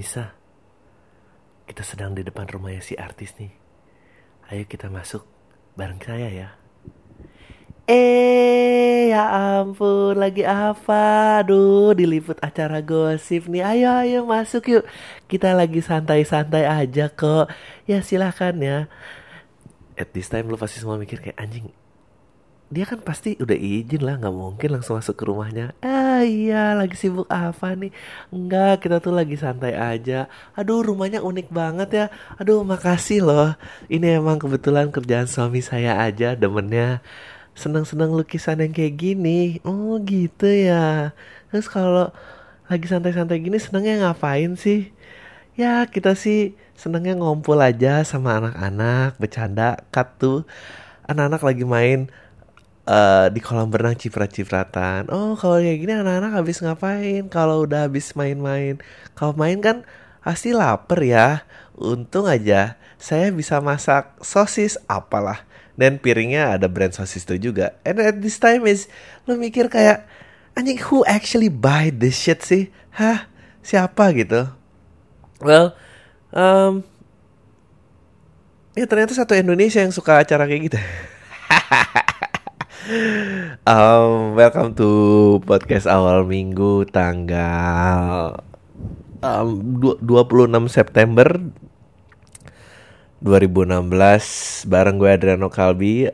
Nisa, kita sedang di depan rumahnya si artis nih. Ayo kita masuk bareng saya ya. Ya ampun, lagi apa? Aduh, diliput acara gosip nih. Ayo, ayo masuk yuk. Kita lagi santai-santai aja kok. Ya silahkan ya. At this time lu pasti semua mikir kayak anjing. Dia kan pasti udah izin lah, nggak mungkin langsung masuk ke rumahnya. Iya, lagi sibuk apa nih? Enggak, kita tuh lagi santai aja. Aduh, rumahnya unik banget ya. Aduh, makasih loh. Ini emang kebetulan kerjaan suami saya aja, demennya seneng-seneng lukisan yang kayak gini. Oh gitu ya. Terus kalau lagi santai-santai gini senengnya ngapain sih? Ya kita sih senengnya ngumpul aja sama anak-anak, bercanda. Kat tuh anak-anak lagi main di kolam renang ciprat-cipratan. Oh kalau kayak gini anak-anak habis ngapain? Kalau udah habis main-main, kalau main kan pasti lapar ya. Untung aja saya bisa masak sosis apalah. Dan piringnya ada brand sosis itu juga. And at this time is lo mikir kayak anjing, who actually buy this shit sih? Hah? Siapa gitu? Well, um, ya ternyata satu Indonesia yang suka acara kayak gitu. Welcome to podcast awal minggu tanggal 26 September 2016 bareng gue Adriano Kalbi.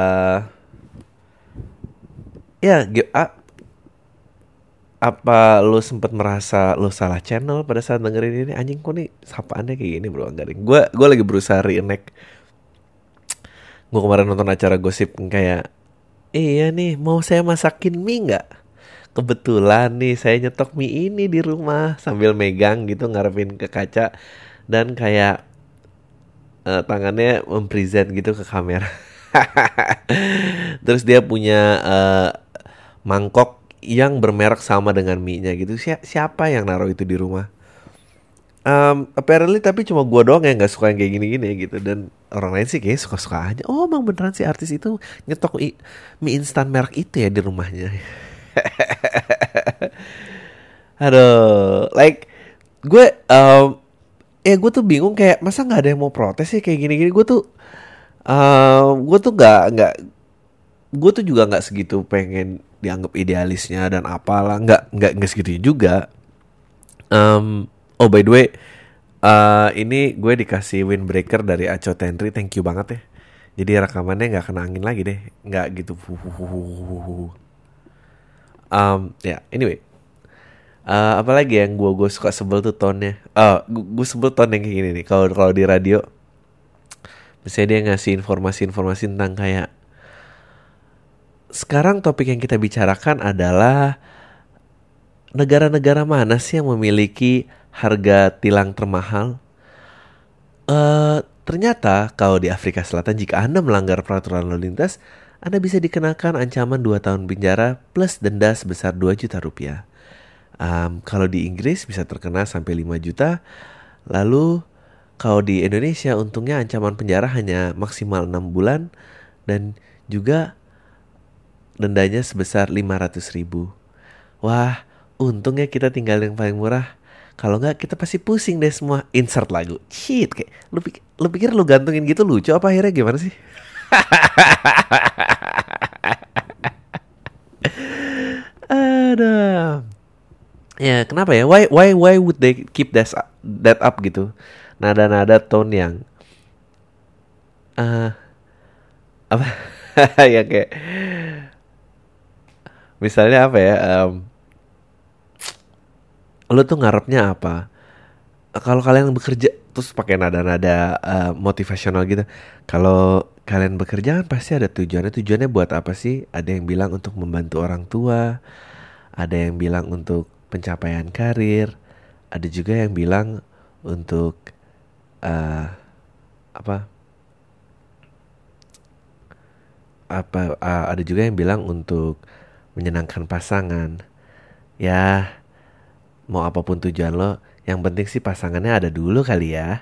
Ya, apa lu sempat merasa lu salah channel pada saat dengerin ini? Anjing kok nih sapaannya kayak gini bro, enggak deh. Gue lagi berusaha reenact. Gue kemarin nonton acara gosip kayak, iya nih, mau saya masakin mie nggak? Kebetulan nih saya nyetok mie ini di rumah sambil megang gitu ngarepin ke kaca dan kayak tangannya mempresent gitu ke kamera. Terus dia punya mangkok yang bermerek sama dengan mie-nya gitu. Siapa yang naruh itu di rumah? Apparently tapi cuma gue doang yang nggak suka yang kayak gini-gini gitu, dan orang lain sih kayak suka-suka aja. Oh emang beneran si artis itu nyetok mie instan merek itu ya di rumahnya. Aduh, like gue gue tuh bingung kayak masa nggak ada yang mau protes sih kayak gini-gini. Gue tuh nggak gue tuh juga nggak segitu pengen dianggap idealisnya dan apalah, nggak segitu juga. Oh by the way, ini gue dikasih windbreaker dari Aco Tenri, thank you banget ya. Jadi rekamannya nggak kena angin lagi deh, nggak gitu. Anyway, apalagi yang gue suka sebel tuh tone-nya. Gue sebel tone yang kayak gini nih. Kalau di radio, misalnya dia ngasih informasi-informasi tentang kayak sekarang topik yang kita bicarakan adalah negara-negara mana sih yang memiliki harga tilang termahal. Ternyata kalau di Afrika Selatan jika Anda melanggar peraturan lalu lintas, Anda bisa dikenakan ancaman 2 tahun penjara plus denda sebesar 2 juta rupiah. Kalau di Inggris bisa terkena sampai 5 juta. Lalu kalau di Indonesia untungnya ancaman penjara hanya maksimal 6 bulan dan juga dendanya sebesar 500 ribu. Wah, untungnya kita tinggal yang paling murah. Kalau nggak kita pasti pusing deh semua. Insert lagu. Shit, kayak lu pikir lu gantungin gitu lucu apa akhirnya gimana sih? Aduh. Ya, kenapa ya? Why would they keep that up gitu? Nada-nada tone yang apa? Ya kayak misalnya apa ya? Lu tuh ngarepnya apa? Kalau kalian bekerja terus pakai nada-nada motivasional gitu. Kalau kalian bekerja kan pasti ada tujuannya. Tujuannya buat apa sih? Ada yang bilang untuk membantu orang tua, ada yang bilang untuk pencapaian karir, ada juga yang bilang untuk apa? Ada juga yang bilang untuk menyenangkan pasangan. Ya, mau apapun tujuan lo, yang penting sih pasangannya ada dulu kali ya.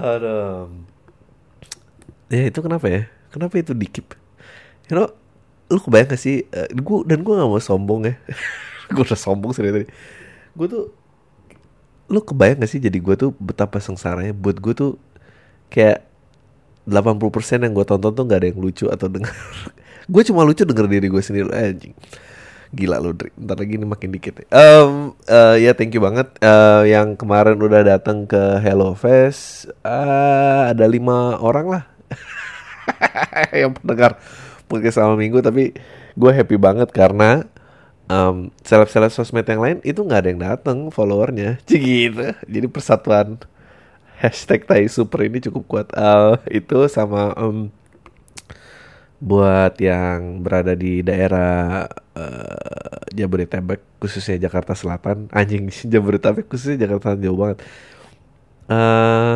Aduh. Ya itu kenapa ya? Kenapa itu dikip? You know, lu kebayang gak sih, gue gak mau sombong ya. Gue udah sombong sih tadi. Gue tuh, lu kebayang gak sih jadi gue tuh betapa sengsaranya. Buat gue tuh kayak 80% yang gue tonton tuh gak ada yang lucu atau denger. Gue cuma lucu denger diri gue sendiri. Anjing, gila lu Dri. Ntar lagi ini makin dikit nih. Ya thank you banget yang kemarin udah datang ke Hello Fest. Ada 5 orang lah yang pendengar podcast awal minggu. Tapi gue happy banget karena seleb-seleb sosmed yang lain itu nggak ada yang datang followernya, gitu. Jadi persatuan hashtag Tai Super ini cukup kuat. Itu sama buat yang berada di daerah Jabodetabek, khususnya Jakarta Selatan. Anjing, Jabodetabek khususnya Jakarta Selatan jauh banget. eh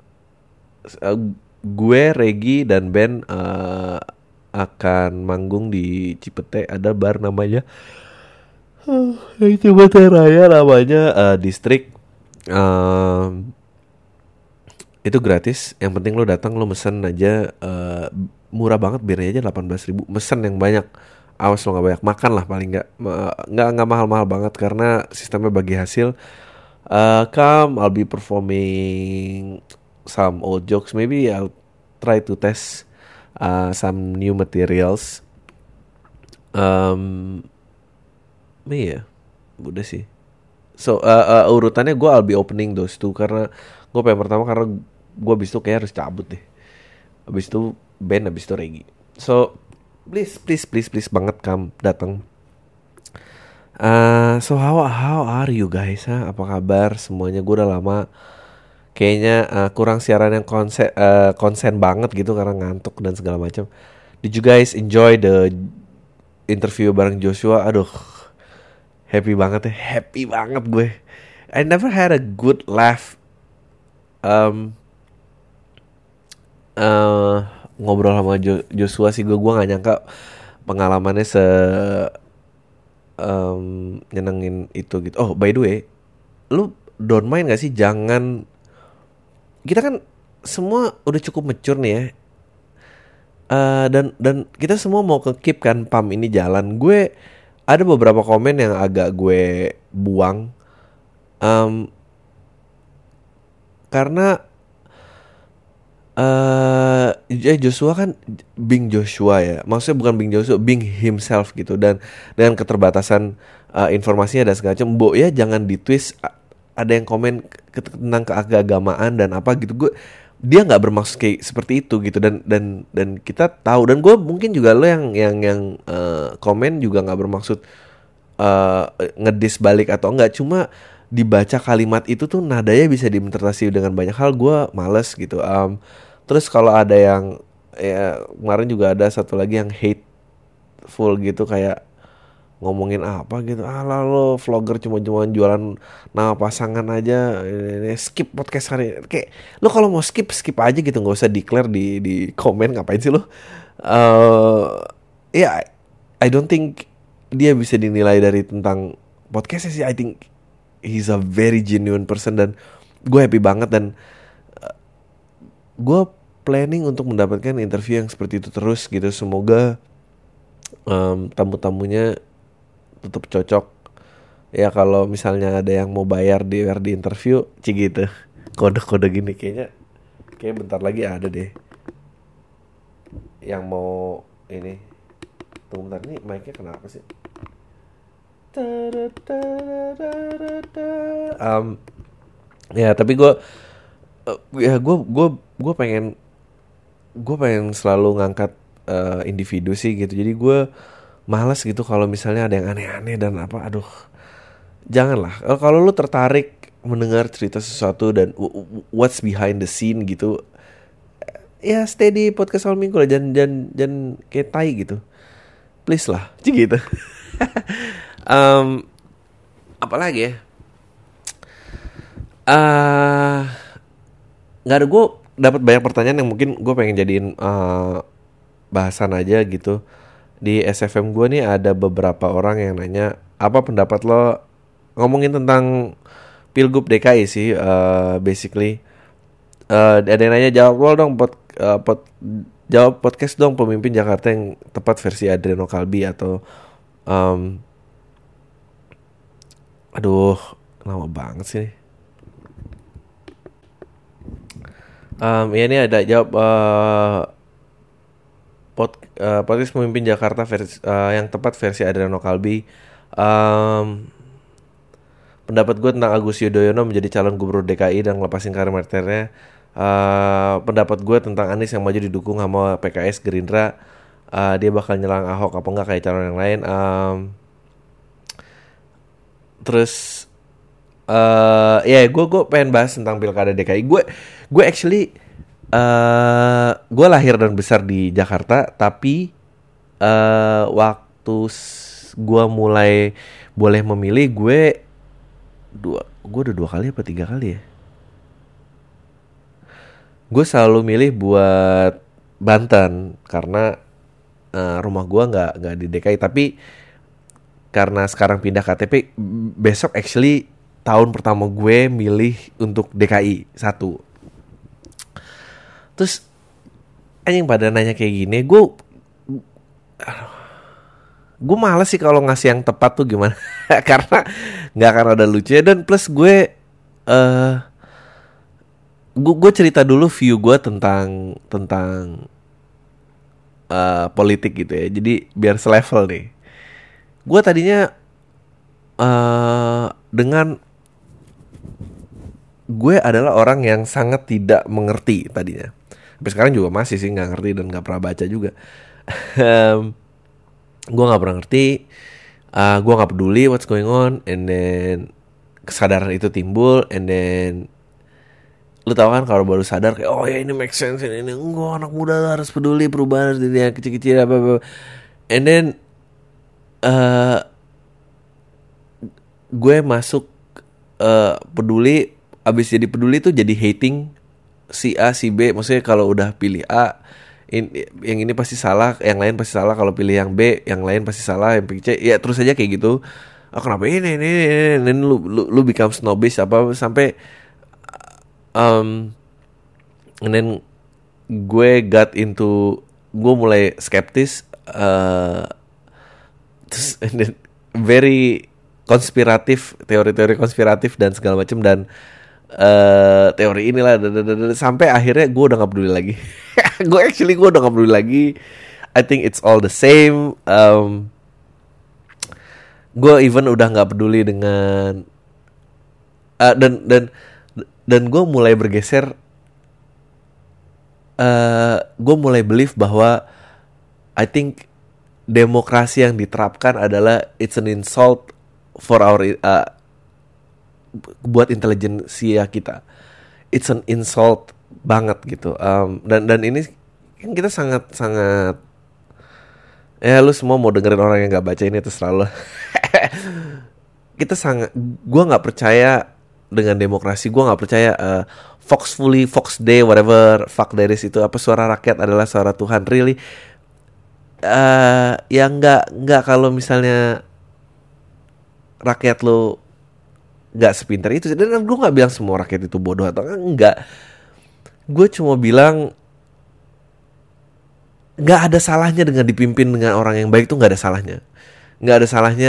gue, Regi dan Ben akan manggung di Cipete. Ada bar namanya Cipete Raya namanya, distrik. Itu gratis. Yang penting lo datang, lo mesen aja. Murah banget, birnya aja 18.000. Mesen yang banyak. Awas lo nggak banyak makan lah, paling nggak mahal-mahal banget karena sistemnya bagi hasil. Come, I'll be performing some old jokes. Maybe I'll try to test some new materials. Iya, udah sih. So urutannya gue I'll be opening those two karena gue pengen pertama karena gue abis itu kayak harus cabut deh. Abis itu band, abis itu Regi. So please banget kam datang. So how are you guys? Apa kabar semuanya? Gue udah lama kayaknya kurang siaran yang konsen banget gitu karena ngantuk dan segala macam. Did you guys enjoy the interview bareng Joshua? Aduh, happy banget gue. I never had a good laugh ngobrol sama Joshua sih. Gue nggak nyangka pengalamannya nyenengin itu gitu. Oh by the way, lu don't mind gak sih jangan, kita kan semua udah cukup mature nih ya. Dan kita semua mau keep kan PAM ini jalan. Gue ada beberapa komen yang agak gue buang karena Joshua kan being Joshua ya, maksudnya bukan being Joshua, being himself gitu. Dan dengan keterbatasan informasinya dan segala macam, ya jangan ditwist. Ada yang komen tentang keagamaan dan apa gitu. Dia nggak bermaksud kayak seperti itu gitu. Dan kita tahu, dan gue mungkin juga lo yang komen juga nggak bermaksud ngedis balik atau enggak. Cuma dibaca kalimat itu tuh nadanya bisa diinterpretasi dengan banyak hal. Gue males gitu. Terus kalau ada yang ya, kemarin juga ada satu lagi yang hateful gitu, kayak ngomongin apa gitu, alah lo vlogger cuma jualan nama pasangan aja, skip podcast hari. Kayak lo kalau mau skip aja gitu, nggak usah declare di komen. Ngapain sih lo? Ya, I don't think dia bisa dinilai dari tentang podcastnya sih. I think he's a very genuine person dan gue happy banget. Dan gue planning untuk mendapatkan interview yang seperti itu terus gitu. Semoga tamu-tamunya tetap cocok ya. Kalau misalnya ada yang mau bayar di interview gitu, kode-kode gini kayak bentar lagi ada deh yang mau ini. Tunggu bentar, nih mic-nya kenapa sih? Ya tapi gue pengen selalu ngangkat individu sih gitu. Jadi gue malas gitu kalau misalnya ada yang aneh-aneh dan apa. Aduh, janganlah. Kalau lu tertarik mendengar cerita sesuatu dan what's behind the scene gitu, ya stay di podcast awal minggu lah. Jangan kayak tai gitu, please lah, gitu. Apalagi ya, nggak ada. Gue dapat banyak pertanyaan yang mungkin gue pengen jadiin bahasan aja gitu. Di SFM gue nih ada beberapa orang yang nanya, apa pendapat lo ngomongin tentang Pilgub DKI sih, basically. Ada yang nanya, jawab lo dong jawab podcast dong pemimpin Jakarta yang tepat versi Adriano Kalbi atau um, aduh lama banget sih. Ya ini ada jawab podcast pemimpin Jakarta versi, yang tepat versi Adriano Kalbi. Pendapat gue tentang Agus Yudhoyono menjadi calon gubernur DKI dan ngelepasin karir militernya. Pendapat gue tentang Anies yang maju didukung sama PKS Gerindra. Dia bakal nyerang Ahok apa enggak kayak calon yang lain. Terus ya gue pengen bahas tentang pilkada DKI. Gue actually gue lahir dan besar di Jakarta, tapi waktu gue mulai boleh memilih, gue udah 2 kali apa 3 kali ya. Gue selalu milih buat Banten karena rumah gue nggak di DKI, tapi karena sekarang pindah KTP, besok actually tahun pertama gue milih untuk DKI 1. Terus anjing pada nanya kayak gini, gue males sih kalau ngasih yang tepat tuh gimana. Karena nggak akan ada lucunya, dan plus gue cerita dulu view gue tentang politik gitu ya. Jadi biar selevel nih. Gue tadinya dengan gue adalah orang yang sangat tidak mengerti tadinya. Sampai sekarang juga masih sih nggak ngerti dan nggak pernah baca juga. Gue nggak pernah ngerti, gue nggak peduli what's going on, and then kesadaran itu timbul, and then lu tau kan kalau baru sadar kayak oh ya ini make sense, ini enggak, anak muda harus peduli perubahan yang kecil-kecil apa, and then gue masuk peduli, abis jadi peduli tuh jadi hating si A si B. Maksudnya kalau udah pilih A, yang ini pasti salah, yang lain pasti salah. Kalau pilih yang B, yang lain pasti salah. Yang pilih C, ya terus aja kayak gitu. Kenapa ini lu become snobbish apa sampai and then gue gue mulai skeptis, terus and then very konspiratif, teori-teori konspiratif dan segala macam, dan teori inilah sampai akhirnya gue udah nggak peduli lagi. gue udah nggak peduli lagi. I think it's all the same. Gue even udah nggak peduli dengan dan gue mulai bergeser. Gue mulai believe bahwa I think demokrasi yang diterapkan adalah it's an insult for our buat intelijensia kita. It's an insult banget gitu. Dan ini kan kita sangat ya lu semua mau dengerin orang yang nggak baca ini terserah lo. Kita gue nggak percaya dengan demokrasi. Gue nggak percaya Fox Day, whatever fuck there is itu, apa suara rakyat adalah suara Tuhan. Really, ya nggak kalau misalnya rakyat lo nggak sepintar itu. Dan gue nggak bilang semua rakyat itu bodoh atau enggak. Gue cuma bilang nggak ada salahnya dengan dipimpin dengan orang yang baik, tuh nggak ada salahnya. Nggak ada salahnya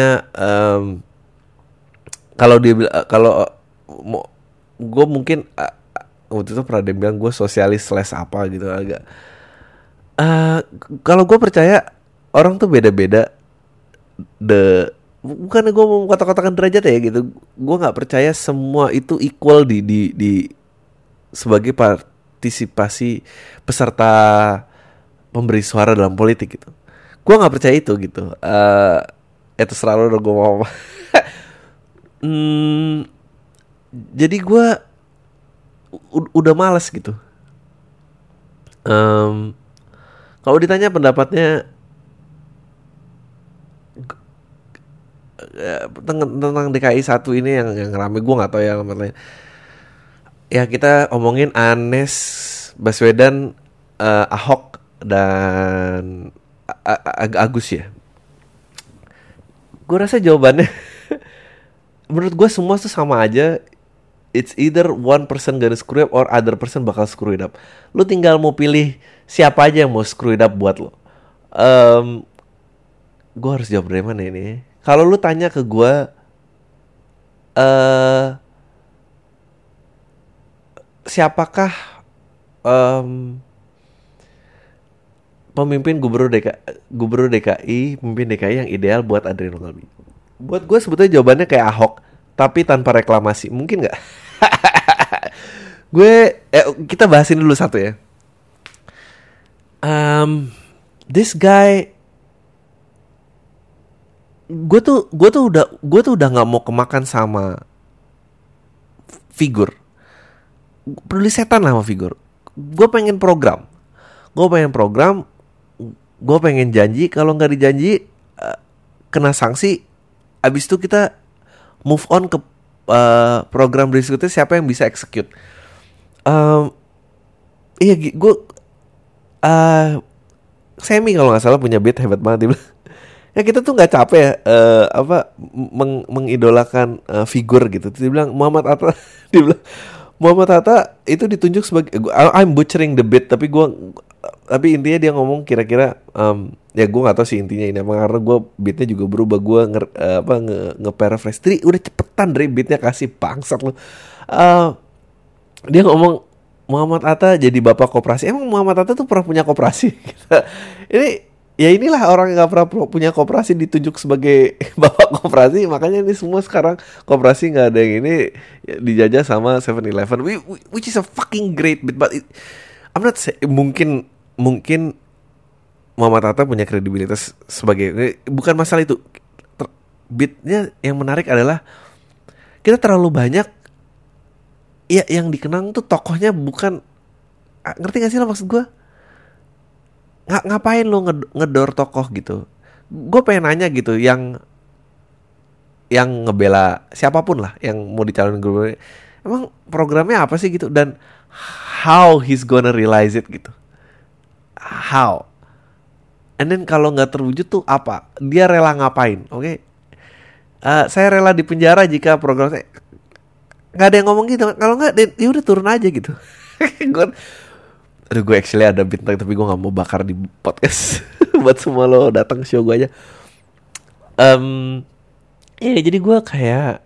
kalau dia kalau gue mungkin waktu itu pernah dia bilang gue sosialis / apa gitu agak. Kalau gue percaya orang tuh beda-beda. Bukan gue mau kotak-kotakan derajat ya gitu. Gue nggak percaya semua itu equal di sebagai partisipasi peserta pemberi suara dalam politik gitu. Gue nggak percaya itu gitu. Itu selalu udah gue mau. Jadi gue udah malas gitu. Kalau ditanya pendapatnya tentang DKI 1 ini yang rame, gue nggak tahu ya alamat lain. Ya kita omongin Anies Baswedan, Ahok dan Agus ya. Gue rasa jawabannya menurut gue semua tuh sama aja. it's either one person gonna screw up or other person bakal screw it up. Lu tinggal mau pilih siapa aja yang mau screw it up buat lo. Gue harus jawab dari mana ini? Kalau lu tanya ke gue, siapakah pemimpin gubernur DKI, pemimpin DKI yang ideal buat Adriano Kalbi? Buat gue sebetulnya jawabannya kayak Ahok, tapi tanpa reklamasi. Mungkin nggak? Kita bahasin dulu satu ya. This guy, gue tuh udah nggak mau kemakan sama figur. Peduli setan lah sama figur. Gue pengen program. Gue pengen janji. Kalau nggak dijanji, kena sanksi. Abis itu kita move on ke program berikutnya, siapa yang bisa execute. Iya, gue Semi kalau nggak salah punya beat hebat banget. Dia bilang, ya kita tuh nggak capek ya mengidolakan figur gitu. Dia bilang Muhammad Atta dia bilang Muhammad Hatta itu ditunjuk sebagai, I'm butchering the beat, tapi intinya dia ngomong kira-kira ya gue nggak tahu sih intinya ini, emang karena gue beatnya juga berubah, gue nge-paraphrase. Tri udah cepetan Dri, beatnya kasih bangsat lo. Dia ngomong Muhammad Hatta jadi bapak koperasi. Emang Muhammad Hatta tuh pernah punya koperasi? Inilah orang yang gak pernah punya koperasi ditunjuk sebagai bapak koperasi. Makanya ini semua sekarang koperasi gak ada yang ini dijajah sama 7-Eleven, which is a fucking great bit. But I'm not saying, mungkin Muhammad Hatta punya kredibilitas sebagai, bukan masalah itu. Bitnya yang menarik adalah kita terlalu banyak ya yang dikenang tuh tokohnya bukan, ngerti gak sih lo maksud gue? Ngapain lo ngedor tokoh gitu? Gue pengen nanya gitu, yang ngebela siapapun lah yang mau dicalonin gubernur, emang programnya apa sih gitu, dan how he's gonna realize it gitu, how, and then kalau nggak terwujud tuh apa, dia rela ngapain? Oke. Saya rela di penjara jika program saya, nggak ada yang ngomong gitu. Kalau nggak, ya udah turun aja gitu. Gue actually ada bintang, tapi gue nggak mau bakar di podcast. Buat semua lo datang show gue aja. Jadi gue kayak,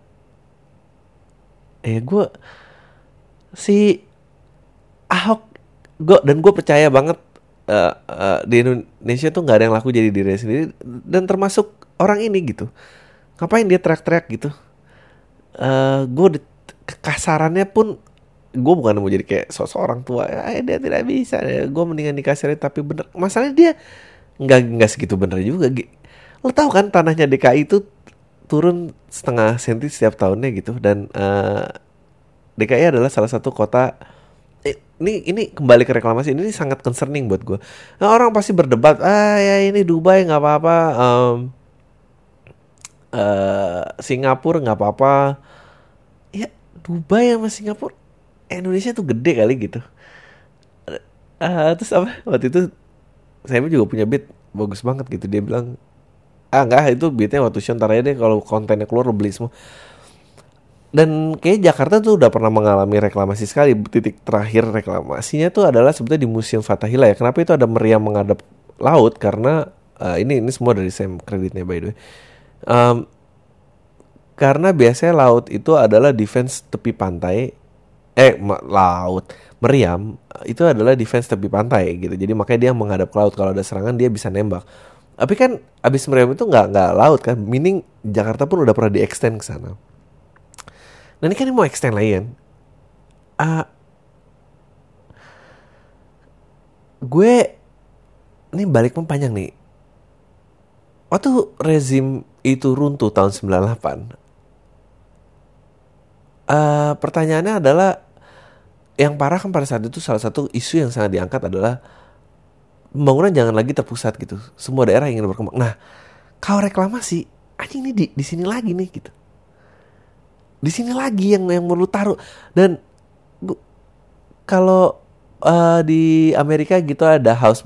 gue si Ahok, dan gue percaya banget di Indonesia tuh nggak ada yang laku jadi diri sendiri, dan termasuk orang ini gitu. Ngapain dia teriak-teriak gitu? Gue kekasarannya pun, gue bukan mau jadi kayak sosok orang tua. Dia tidak bisa. Gue mendingan dikasirin, tapi bener. Masalahnya dia nggak segitu bener juga. Lo tau kan tanahnya DKI itu turun 0,5 senti setiap tahunnya gitu. Dan DKI adalah salah satu kota. Ini kembali ke reklamasi. Ini sangat concerning buat gue. Nah, orang pasti berdebat. Ya ini Dubai nggak apa-apa. Singapura nggak apa-apa. Ya Dubai sama Singapura, Indonesia tuh gede kali gitu. Terus apa, waktu itu saya juga punya beat bagus banget gitu. Dia bilang, enggak, itu beatnya waktu show, ntar aja deh kalau kontennya keluar lo beli semua. Dan kayak Jakarta tuh udah pernah mengalami reklamasi sekali. Titik terakhir reklamasinya tuh adalah sebetulnya di Museum Fathahillah ya. Kenapa itu ada meriam menghadap laut? Karena ini semua dari Sam kreditnya by the way. Karena biasanya laut itu adalah defense tepi pantai. Meriam itu adalah defense tepi pantai gitu. Jadi makanya dia menghadap ke laut. Kalau ada serangan dia bisa nembak. Tapi kan abis meriam itu nggak laut kan. Meaning Jakarta pun udah pernah di-extend ke sana. Nah ini kan mau extend lagi kan. Gue ini balik panjang nih. Waktu rezim itu runtuh tahun 98, pertanyaannya adalah, yang parah kan pada saat itu salah satu isu yang sangat diangkat adalah pembangunan jangan lagi terpusat gitu. Semua daerah ingin berkembang. Nah, kalau reklamasi, anjing ini di sini lagi nih gitu. Di sini lagi yang mau lu taruh. Dan kalau di Amerika gitu ada house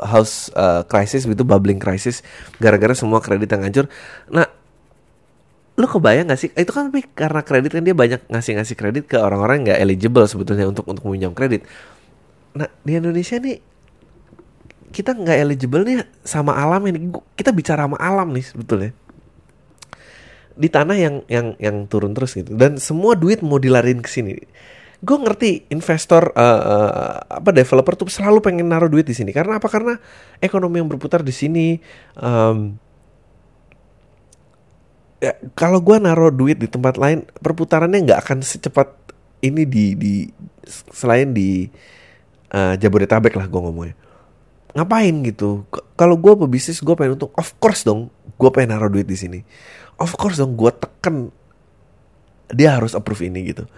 crisis gitu, bubbling crisis, gara-gara semua kredit yang hancur. Nah, Lu kebayang gak sih? Itu kan tapi karena kredit kan dia banyak ngasih kredit ke orang-orang yang gak eligible sebetulnya untuk meminjam kredit. Nah di Indonesia nih kita nggak eligible nih sama alam ini. Kita bicara sama alam nih sebetulnya. Di tanah yang turun terus gitu. Dan semua duit mau dilarin ke sini. Gue ngerti investor developer tuh selalu pengen naruh duit di sini. Karena apa? Karena ekonomi yang berputar di sini. Ya, kalau gue naruh duit di tempat lain, perputarannya nggak akan secepat ini di selain di Jabodetabek lah gue ngomongnya. Ngapain gitu? Kalau gue pebisnis, gue pengen untung. Of course dong, gue pengen naruh duit di sini. Of course dong, gue teken dia harus approve ini gitu.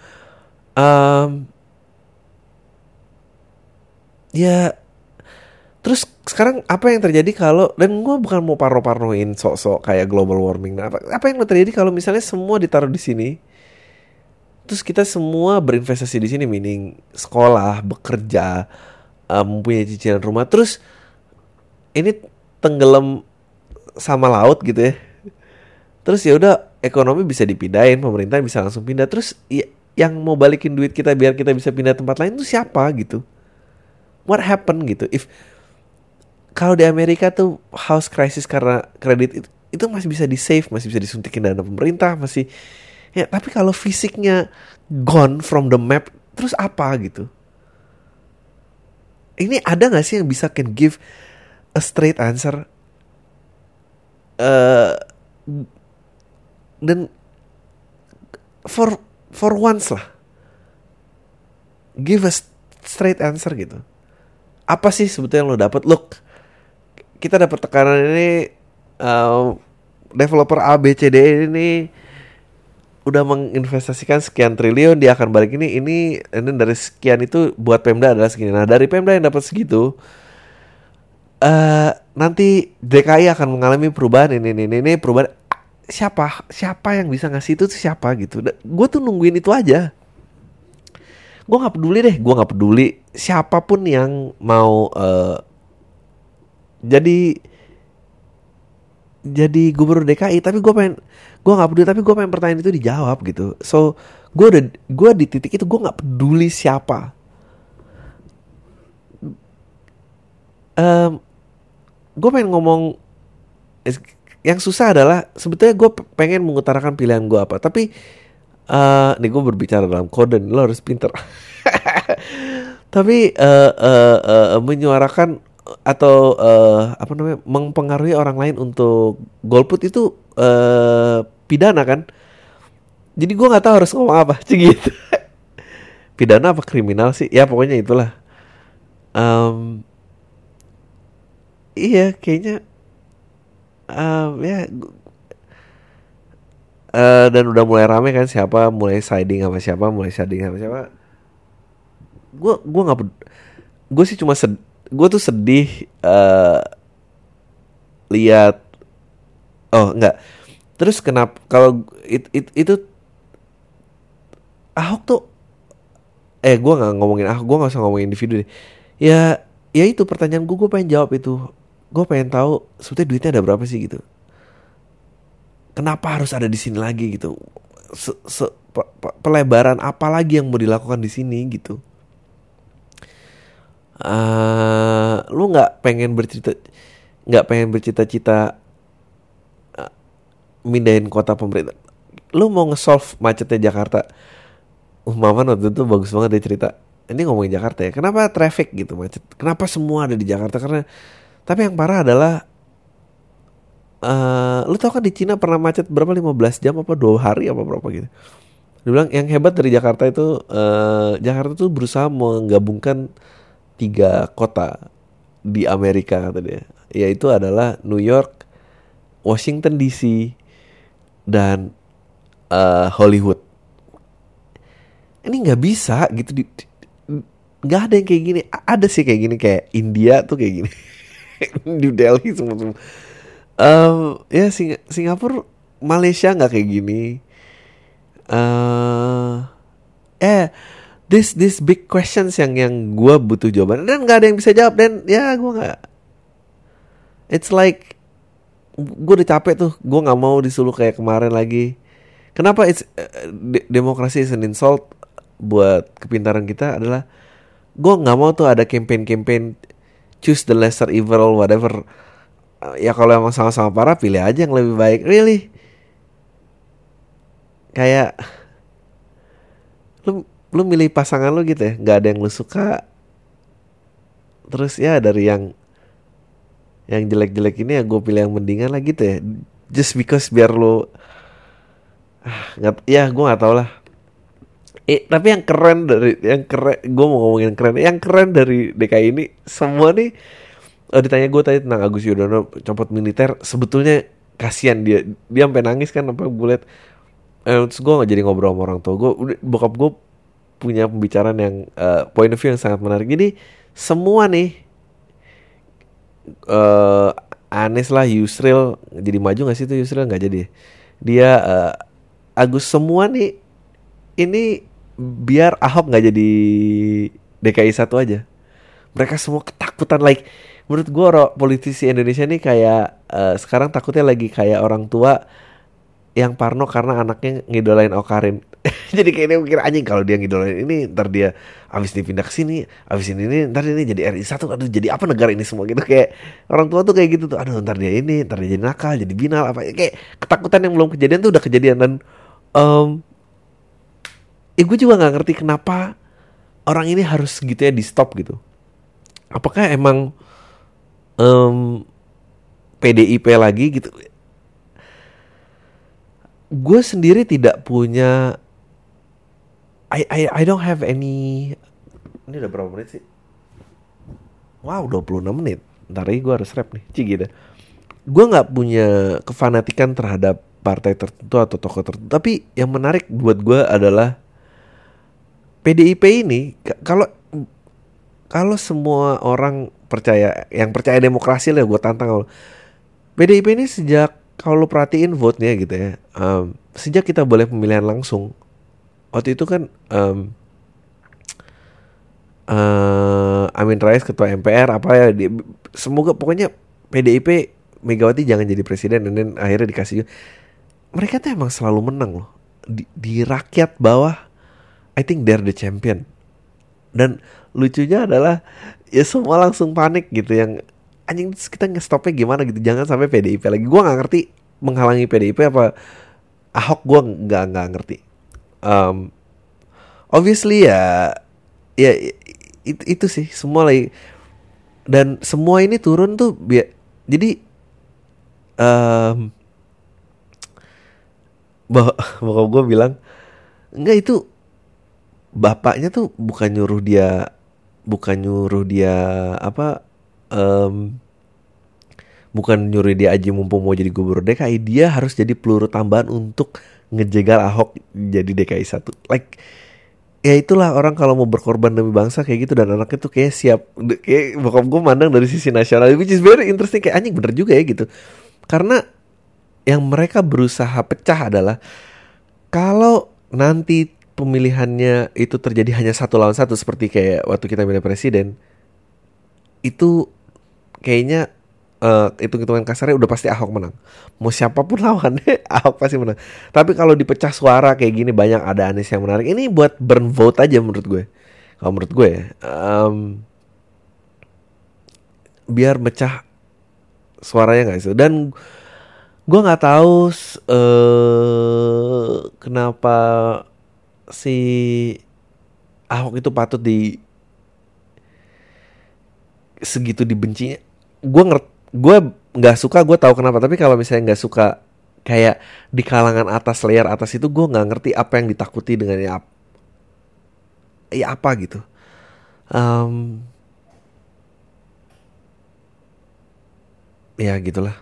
Ya, terus sekarang apa yang terjadi kalau, dan gue bukan mau parno-parnoin sok-sok kayak global warming. Nah, apa yang terjadi kalau misalnya semua ditaruh di sini, terus kita semua berinvestasi di sini, meaning sekolah, bekerja, mempunyai cicilan rumah, terus ini tenggelam sama laut gitu ya. Terus ya udah ekonomi bisa dipindahin, pemerintah bisa langsung pindah. Terus ya, yang mau balikin duit kita biar kita bisa pindah tempat lain tuh siapa gitu? What happened gitu? Kalau di Amerika tuh house crisis karena kredit itu masih bisa di save, masih bisa disuntikin dana pemerintah, masih ya. Tapi kalau fisiknya gone from the map, terus apa gitu? Ini ada nggak sih yang bisa can give a straight answer? Dan for once lah, give a straight answer gitu. Apa sih sebetulnya yang lo dapat? Look, kita dapat tekanan ini, developer A B C D ini udah menginvestasikan sekian triliun, dia akan balik ini, and then dari sekian itu buat Pemda adalah segini. Nah dari Pemda yang dapat segitu, nanti DKI akan mengalami perubahan ini perubahan. Siapa yang bisa ngasih itu tuh siapa gitu. Gue tuh nungguin itu aja. Gue nggak peduli siapapun yang mau jadi gubernur DKI, tapi gue nggak peduli, tapi gue pengen pertanyaan itu dijawab gitu. So gue di titik itu gue nggak peduli siapa. Gue pengen ngomong, yang susah adalah sebetulnya gue pengen mengutarakan pilihan gue apa, tapi nih gue berbicara dalam kode, lo harus pinter. Tapi menyuarakan atau mempengaruhi orang lain untuk golput itu pidana kan. Jadi gue nggak tahu harus ngomong apa gitu. Pidana apa kriminal sih? Ya pokoknya itulah. Iya kayaknya ya. Dan udah mulai rame kan, mulai siding sama siapa. Gue nggak, gue sih cuma gue tuh sedih lihat. Oh enggak. Terus kenapa kalau itu Ahok tuh, gue nggak ngomongin Ahok, gue nggak usah ngomongin individu deh. Ya itu pertanyaan gue pengen jawab itu. Gue pengen tahu sebetulnya duitnya ada berapa sih gitu. Kenapa harus ada di sini lagi gitu? Pelebaran apa lagi yang mau dilakukan di sini gitu? Lu nggak pengen bercita-cita mindahin kota pemerintah? Lu mau nge-solve macetnya Jakarta? Maman waktu itu bagus banget dia cerita. Ini ngomongin Jakarta ya. Kenapa traffic gitu macet? Kenapa semua ada di Jakarta? Karena, tapi yang parah adalah lu tau kan di Cina pernah macet berapa, 15 jam apa 2 hari apa berapa gitu. Dia bilang yang hebat dari Jakarta itu, Jakarta tuh berusaha menggabungkan 3 kota di Amerika kata dia. Yaitu adalah New York, Washington DC, dan Hollywood. Ini nggak bisa gitu, nggak ada yang kayak gini. Ada sih kayak gini, kayak India tuh kayak gini. New Delhi semua. Ya Singapura, Malaysia nggak kayak gini. This big questions yang gue butuh jawaban, dan nggak ada yang bisa jawab, dan ya gue nggak. It's like gue udah capek tuh, gue nggak mau disuruh kayak kemarin lagi. Kenapa demokrasi is an insult buat kepintaran kita adalah gue nggak mau tuh ada campaign choose the lesser evil whatever. Ya kalau emang sama-sama parah pilih aja yang lebih baik. Really? Kayak lu milih pasangan lu gitu ya, nggak ada yang lu suka. Terus ya dari yang jelek-jelek ini ya gue pilih yang mendingan lah gitu ya. Just because biar lu nggak, ya gue nggak tahu lah. Tapi yang keren gue mau ngomongin keren. Yang keren dari DKI ini semua nih. Ditanya gue tadi tentang Agus Yudhoyono copot militer, sebetulnya kasihan dia sampai nangis kan apa gue liat. Terus gue nggak jadi ngobrol sama orang tua gue. Bokap gue punya pembicaraan yang point of view yang sangat menarik. Jadi semua nih Anies lah, Yusril jadi maju nggak sih? Itu Yusril nggak jadi. Dia Agus semua nih ini biar Ahok nggak jadi DKI 1 aja. Mereka semua ketakutan, like menurut gue politisi Indonesia nih kayak sekarang takutnya lagi kayak orang tua yang parno karena anaknya ngidolain Awkarin. Jadi kayak dia mikir anjing kalau dia ngidolain ini ntar dia abis dipindah ke sini, abis ini ntar ini jadi RI 1, aduh jadi apa negara ini semua gitu. Kayak orang tua tuh kayak gitu tuh, aduh ntar dia jadi nakal, jadi binal apa, kayak ketakutan yang belum kejadian tuh udah kejadian. Dan gue juga nggak ngerti kenapa orang ini harus gitu ya di stop gitu. Apakah emang PDIP lagi gitu? Gue sendiri tidak punya, I don't have any. Ini udah berapa menit sih? Wow, 26 menit. Ntar lagi gue harus rap nih, gitu. Gue gak punya kefanatikan terhadap partai tertentu atau tokoh tertentu. Tapi yang menarik buat gue adalah PDIP ini, kalau semua orang percaya, yang percaya demokrasi lah, gue tantang kalau PDIP ini sejak, kalau lo perhatiin vote-nya gitu ya, sejak kita boleh pemilihan langsung, waktu itu kan Amin Rais ketua MPR apa ya, semoga pokoknya PDIP Megawati jangan jadi presiden, dan akhirnya dikasih. Mereka tuh emang selalu menang loh di rakyat bawah. I think they're the champion. Dan lucunya adalah ya semua langsung panik gitu, yang anjing kita nge-stopnya gimana gitu, jangan sampai PDIP lagi. Gue nggak ngerti menghalangi PDIP apa Ahok, gue nggak ngerti. Obviously ya itu sih semua lagi, dan semua ini turun tuh jadi bokap gue bilang enggak, itu bapaknya tuh bukan nyuruh dia apa, bukan nyuruh dia aja mumpung mau jadi gubernur DKI, dia harus jadi peluru tambahan untuk ngejegal Ahok jadi DKI 1. Like ya itulah orang kalau mau berkorban demi bangsa kayak gitu, dan anaknya tuh kayak siap. Kayak bokap gue mandang dari sisi nasional, which is very interesting. Kayak anjing bener juga ya gitu. Karena yang mereka berusaha pecah adalah kalau nanti pemilihannya itu terjadi hanya 1 lawan 1 seperti kayak waktu kita milih presiden, itu kayaknya hitung-hitungan kasarnya udah pasti Ahok menang. Mau siapapun lawannya Ahok pasti menang. Tapi kalau dipecah suara kayak gini, banyak ada Anies yang menarik. Ini buat burn vote aja menurut gue. Kalau menurut gue ya, biar mecah suaranya nggak sih. Dan gue nggak tahu kenapa si Ahok itu patut segitu dibencinya. Gue nggak suka, gue tahu kenapa. Tapi kalau misalnya nggak suka kayak di kalangan atas, layer atas itu, gue nggak ngerti apa yang ditakuti dengan ya apa gitu. Ya gitulah.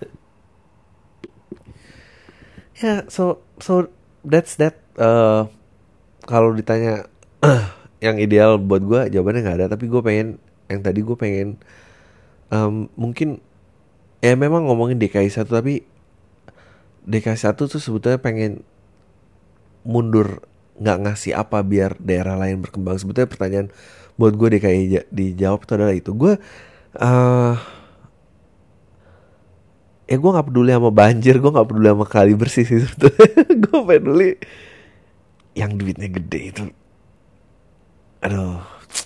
Ya so that's that. Kalau ditanya yang ideal buat gue, jawabannya nggak ada. Tapi gue pengen, yang tadi gue pengen mungkin ya memang ngomongin DKI 1, tapi DKI 1 tuh sebetulnya pengen mundur, nggak ngasih apa biar daerah lain berkembang. Sebetulnya pertanyaan buat gue DKI dijawab itu adalah itu. Gue gue nggak peduli sama banjir, gue nggak peduli sama kali bersih sih sebetulnya. Gue peduli yang duitnya gede itu. Aduh,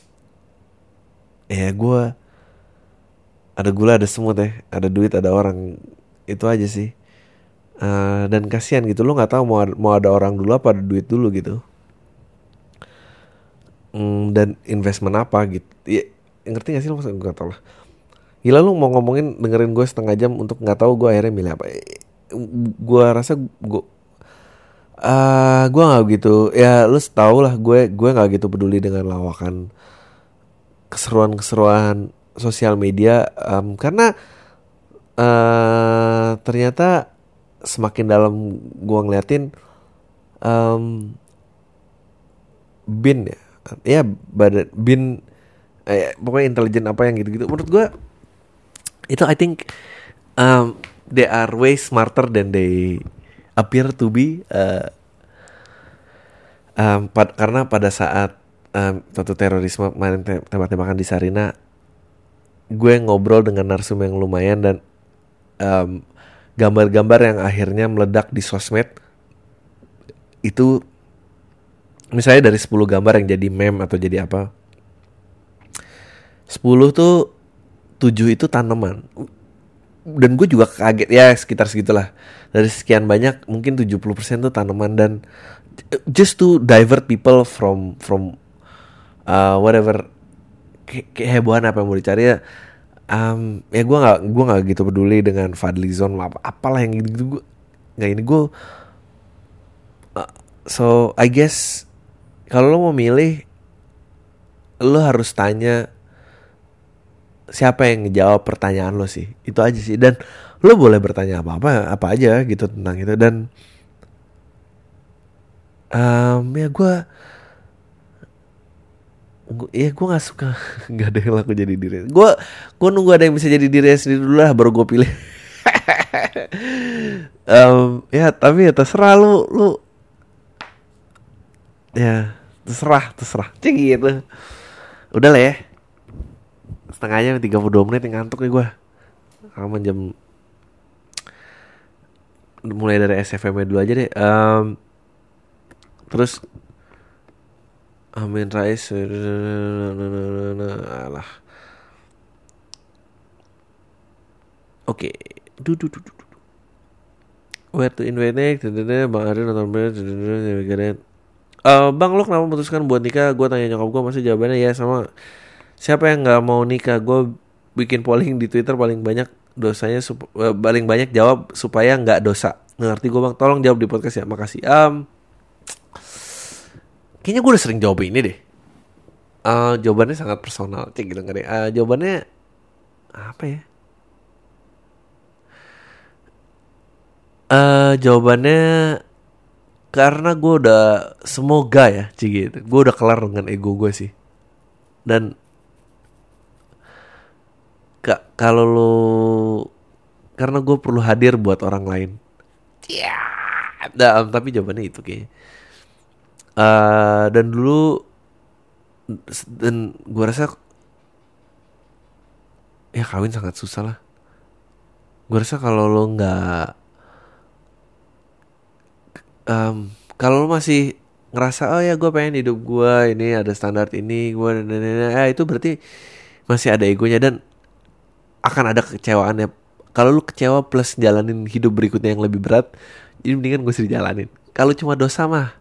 ya gue ada gula ada semut ya, ada duit ada orang, itu aja sih. Dan kasihan gitu, lo nggak tahu mau ada orang dulu apa ada duit dulu gitu. Dan investment apa gitu ya, ngerti gak sih lo, maksud gue? Gak tau lah. Gila lu mau ngomongin dengerin gue setengah jam untuk nggak tahu gue akhirnya milih apa. Gue rasa gue nggak gitu ya, lu tau lah, gue nggak gitu peduli dengan lawakan keseruan sosial media, karena ternyata semakin dalam gue ngeliatin, bin ya badan bin, pokoknya intelijen apa yang gitu-gitu, menurut gue itu I think they are way smarter than they appear to be. Karena pada saat suatu terorisme kemarin tembak-tembakan di Sarina, gue ngobrol dengan narsum yang lumayan, dan gambar-gambar yang akhirnya meledak di sosmed itu, misalnya dari 10 gambar yang jadi meme atau jadi apa, 10 tuh 7 itu tanaman. Dan gue juga kaget ya, sekitar segitulah. Dari sekian banyak mungkin 70% tuh tanaman, dan just to divert people from whatever kehebohan apa yang mau dicari ya. Ya gue nggak gitu peduli dengan Fadlizon apalah yang gitu, gue nggak, ini gue so I guess kalau lo mau milih, lo harus tanya siapa yang ngejawab pertanyaan lo sih, itu aja sih. Dan lo boleh bertanya apa aja gitu tentang itu. Dan ya gue nggak suka nggak ada yang laku jadi diri. Gue nunggu ada yang bisa jadi diri sendiri dulu lah, baru gue pilih. Ya tapi ya terserah lu ya, terserah cek gitu. Udah lah ya, setengahnya 32 menit yang ngantuk nih gue. Kamu jam mulai dari SFM dulu aja deh. Terus Amin Rais lah. Oke. Where to invest? Bang Ari nonton Bang, lo kenapa memutuskan buat nikah? Gue tanya nyokap gue, masih jawabannya ya sama. Siapa yang nggak mau nikah? Gue bikin polling di Twitter, paling banyak dosanya paling banyak jawab supaya nggak dosa. Ngerti gue bang? Tolong jawab di podcast ya. Makasih. Kayaknya gue udah sering jawab ini deh. Jawabannya sangat personal. Cek gitu nggak deh. Jawabannya apa ya? Jawabannya karena gue udah, semoga ya cik gitu, gue udah kelar dengan ego gue sih. Dan kalau lo, karena gue perlu hadir buat orang lain. Ya, tapi jawabannya itu kayaknya. Dan dulu, dan gue rasa ya kawin sangat susah lah. Gue rasa kalau lo nggak, kalau lo masih ngerasa oh ya gue pengen hidup gue ini ada standar ini gue, itu berarti masih ada egonya, dan akan ada kekecewaan ya. Kalau lu kecewa plus jalanin hidup berikutnya yang lebih berat, jadi mendingan gue sih jalanin. Kalau cuma dosa mah,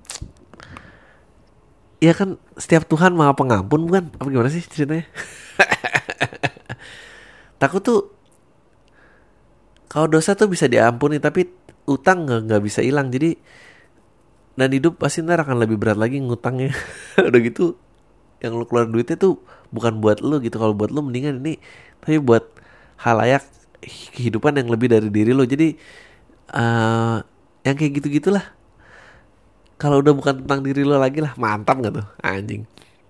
ya kan setiap Tuhan maha pengampun bukan? Apa gimana sih ceritanya? Takut tuh kalau dosa tuh bisa diampuni, tapi utang nggak bisa hilang. Jadi, dan hidup pasti ntar akan lebih berat lagi ngutangnya. Udah gitu, yang lu keluar duitnya tuh bukan buat lu gitu. Kalau buat lu mendingan ini, tapi buat halayak, kehidupan yang lebih dari diri lo. Jadi yang kayak gitu-gitulah. Kalau udah bukan tentang diri lo lagi lah, mantap nggak tuh anjing.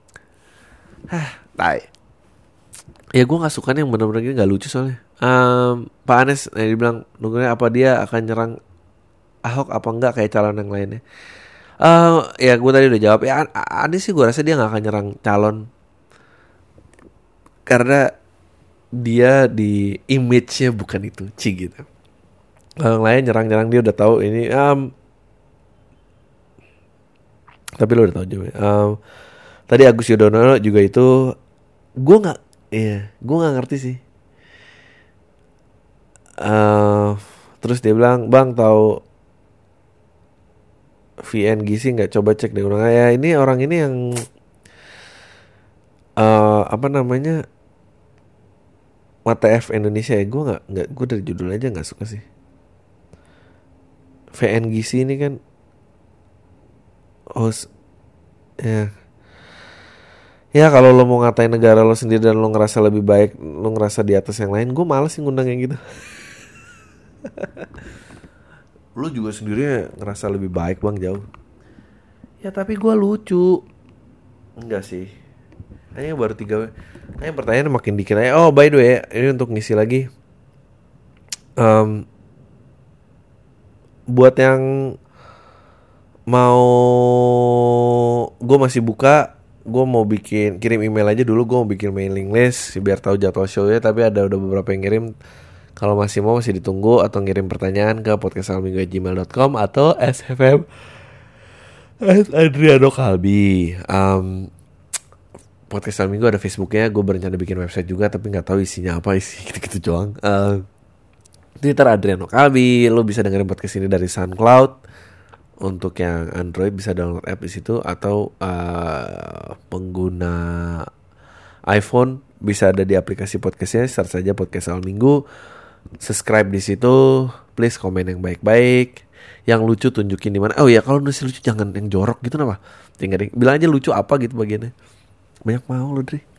Tai. Ya gue nggak suka yang benar-benar gini, nggak lucu soalnya. Pak Anies dibilang nunggunya apa dia akan nyerang Ahok apa enggak kayak calon yang lainnya. Ya gue tadi udah jawab ya. Anies sih gue rasa dia nggak akan nyerang calon, karena dia di image-nya bukan itu, gitu. Kalau yang lain nyerang-nyerang dia udah tahu ini. Tapi lo udah tahu juga. Tadi Agus Yudhoyono juga itu, gue nggak ngerti sih. Terus dia bilang, bang tahu VNGC nggak, coba cek deh ulang. Ya ini orang ini yang apa namanya, MATF Indonesia ya. Gue dari judul aja nggak suka sih. VNGC ini kan host ya. Ya kalau lo mau ngatain negara lo sendiri dan lo ngerasa lebih baik, lo ngerasa di atas yang lain, gue males sih ngundang yang gitu. Lo juga sendiri ngerasa lebih baik bang, jauh. Ya tapi gue lucu. Enggak sih. Hanya baru 3. Hanya pertanyaan makin dikit aja. Oh by the way, ini untuk ngisi lagi. Buat yang mau, gue masih buka. Gue mau kirim email aja dulu. Gue mau bikin mailing list biar tahu jadwal show-nya. Tapi ada udah beberapa yang ngirim. Kalau masih mau masih ditunggu. Atau ngirim pertanyaan ke podcastalminggu@gmail.com atau sfm Adriano Kalbi. Podcast Minggu ada Facebooknya. Gue berencana bikin website juga, tapi nggak tahu isinya apa, isi gitu-gitu doang. Twitter Adriano Kalbi. Lo bisa dengerin podcast ini dari SoundCloud. Untuk yang Android bisa download app di situ, atau pengguna iPhone bisa ada di aplikasi podcastnya. Search saja Podcast Awal Minggu. Subscribe di situ. Please komen yang baik-baik. Yang lucu tunjukin di mana. Oh ya, kalau nulis lucu jangan yang jorok gitu, kenapa? Tinggal bilang aja lucu apa gitu bagiannya. Banyak mau lo, Dri.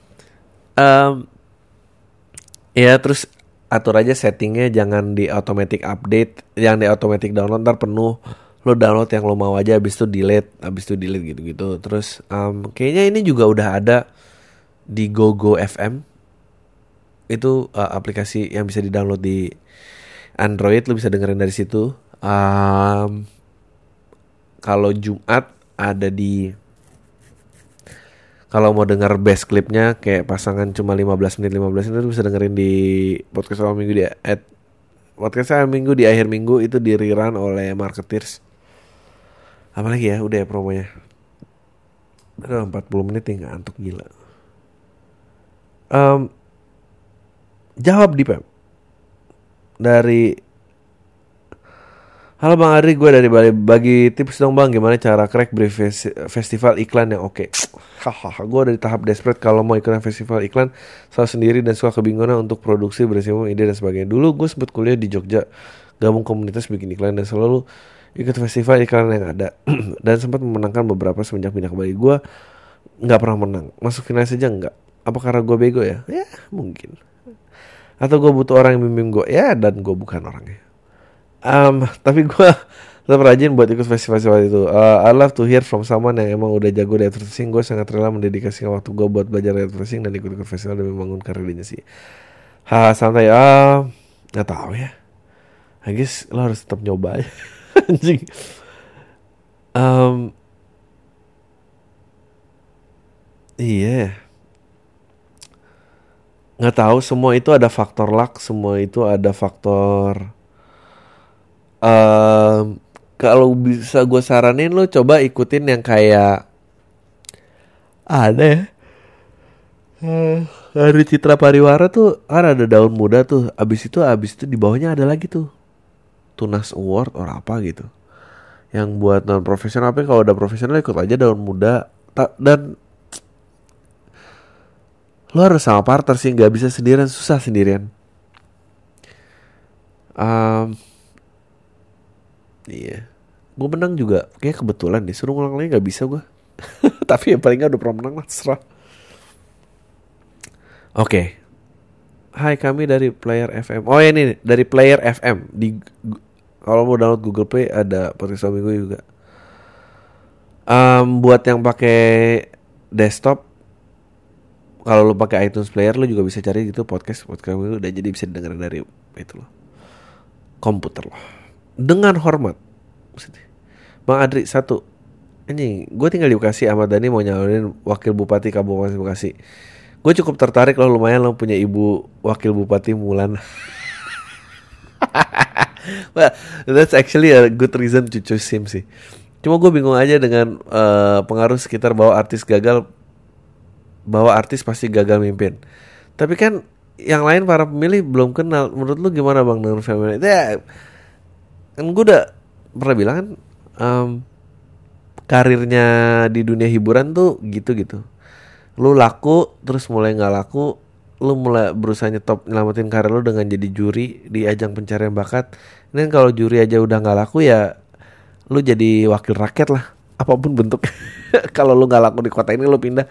Ya terus atur aja settingnya, jangan di automatic update, yang di automatic download ntar penuh. Lo download yang lo mau aja, habis itu delete gitu-gitu. Terus kayaknya ini juga udah ada di GoGo FM. Itu aplikasi yang bisa di-download di Android, lo bisa dengerin dari situ. Kalau Jumat ada di, kalau mau denger best clipnya kayak pasangan cuma 15 menit itu bisa dengerin di Podcast Awal Minggu Podcast Awal Minggu di akhir minggu itu di rerun oleh Marketeers. Apa lagi ya? Udah ya promonya. Aduh 40 menit nih, ngantuk gila. Jawab di Pep. Dari halo Bang Adri, gue dari Bali. Bagi tips dong Bang, gimana cara crack brief festival iklan yang oke. Hahaha, gue dari tahap desperate kalau mau ikutan festival iklan, selalu sendiri dan suka kebingungan untuk produksi, beresiko ide dan sebagainya. Dulu gue sempat kuliah di Jogja, gabung komunitas bikin iklan dan selalu ikut festival iklan yang ada. Dan sempat memenangkan beberapa semenjak pindah ke Bali. Gue nggak pernah menang, masuk final saja nggak. Apa karena gue bego ya? Ya mungkin. Atau gue butuh orang yang bimbing gue? Ya, dan gue bukan orangnya. Tapi gue tetap rajin buat ikut festival itu. I love to hear from someone yang emang udah jago di advertising. Gue sangat rela mendedikasikan waktu gue buat belajar advertising dan ikut-ikut festival dan membangun karirnya sih. Santai. Nggak tahu ya. I guess lo harus tetap nyoba aja. Anjing. Iya. Nggak tahu, semua itu ada faktor luck, semua itu ada faktor. Kalau bisa gue saranin lo coba ikutin yang kayak ada ya. Hari Citra Pariwara tuh kan ada daun muda tuh. Abis itu di bawahnya ada lagi tuh Tunas Award or apa gitu. Yang buat non profesional, tapi kalau udah profesional ikut aja daun muda. Dan lo harus sama partner sih, nggak bisa sendirian, susah sendirian. Iya, gue menang juga kayak kebetulan deh, suruh ngulang lagi nggak bisa gue. Tapi ya paling nggak udah pernah menang lah, terserah. Oke. Hai, kami dari Player FM. Oh ya ini dari Player FM. Kalau mau download Google Play ada podcast Awal Minggu juga. Buat yang pakai desktop, kalau lo pakai iTunes Player lo juga bisa cari gitu podcast Minggu, udah jadi bisa dengerin dari itu lo, komputer lo. Dengan hormat, Bang Adri, ini gue tinggal di Bekasi. Ahmad Dhani mau nyalonin wakil bupati Kabupaten Bekasi. Gue cukup tertarik loh, lumayan lo punya ibu wakil bupati Mulan. Well, that's actually a good reason to choose him sih. Cuma gue bingung aja dengan pengaruh sekitar bahwa artis pasti gagal mimpin. Tapi kan yang lain para pemilih belum kenal. Menurut lu gimana bang dengan fenomena itu? Ya, kan gue udah pernah bilang kan, karirnya di dunia hiburan tuh gitu-gitu. Lu laku terus mulai nggak laku, lu mulai berusaha nyelamatin karir lu dengan jadi juri di ajang pencarian bakat. Dan kalau juri aja udah nggak laku, ya lu jadi wakil rakyat lah, apapun bentuk. Kalau lu nggak laku di kota ini, lu pindah.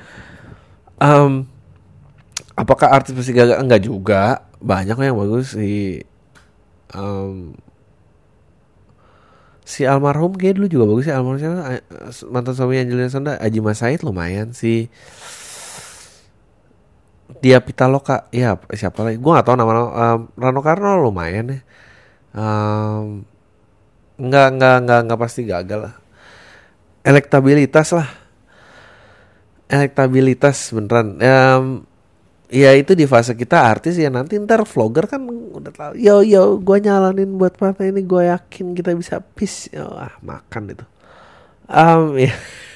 Apakah artis pasti gagal? Enggak juga, banyak yang bagus sih. Si almarhum kayak dulu juga bagus sih. Almarhum siapa? Mantan suami Angelina Sondakh, Aji Mas Said lumayan sih. Dia Pitaloka, ya siapa lagi? Gue gak tahu nama. Rano Karno lumayan ya. Nggak pasti gagal lah. Elektabilitas beneran. Ya itu di fase kita artis ya, nanti ntar vlogger kan udah tahu. Yo gue nyalonin buat partai ini, gue yakin kita bisa peace. Makan itu. Ya.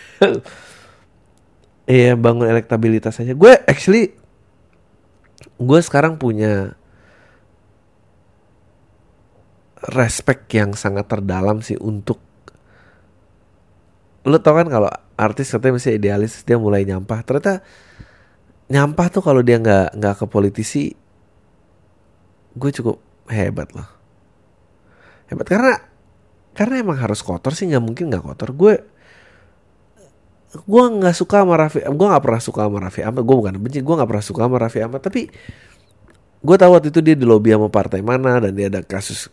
Iya, bangun elektabilitas aja. Gue sekarang punya respect yang sangat terdalam sih untuk, lu tau kan kalau artis katanya masih idealis, dia mulai nyampah. Ternyata nyampah tuh kalau dia nggak ke politisi, gue cukup hebat loh. Hebat karena emang harus kotor sih, nggak mungkin nggak kotor. Gue nggak suka sama Raffi, gue nggak pernah suka sama Raffi Ahmad. Gue bukan benci, gue nggak pernah suka sama Raffi Ahmad. Tapi gue tahu waktu itu dia di lobby sama partai mana dan dia ada kasus.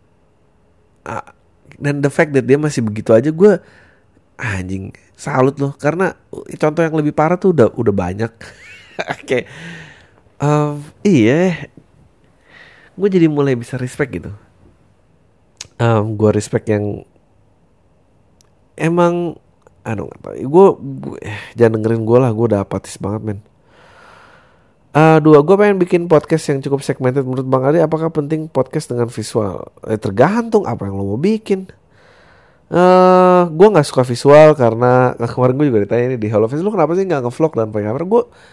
Dan the fact that dia masih begitu aja, gue anjing salut loh. Karena contoh yang lebih parah tuh udah banyak. Oke, iya, gue jadi mulai bisa respect gitu. Gue respect yang emang, aduh nggak tahu. Gue jangan dengerin gue lah, gue udah apatis banget men. Dua, gue pengen bikin podcast yang cukup segmented. Menurut Bang Ade, apakah penting podcast dengan visual? Tergantung apa yang lo mau bikin. Gue nggak suka visual karena kemarin gue juga ditanya ini di Hello Face, lu kenapa sih nggak ngevlog dan pakai kamera?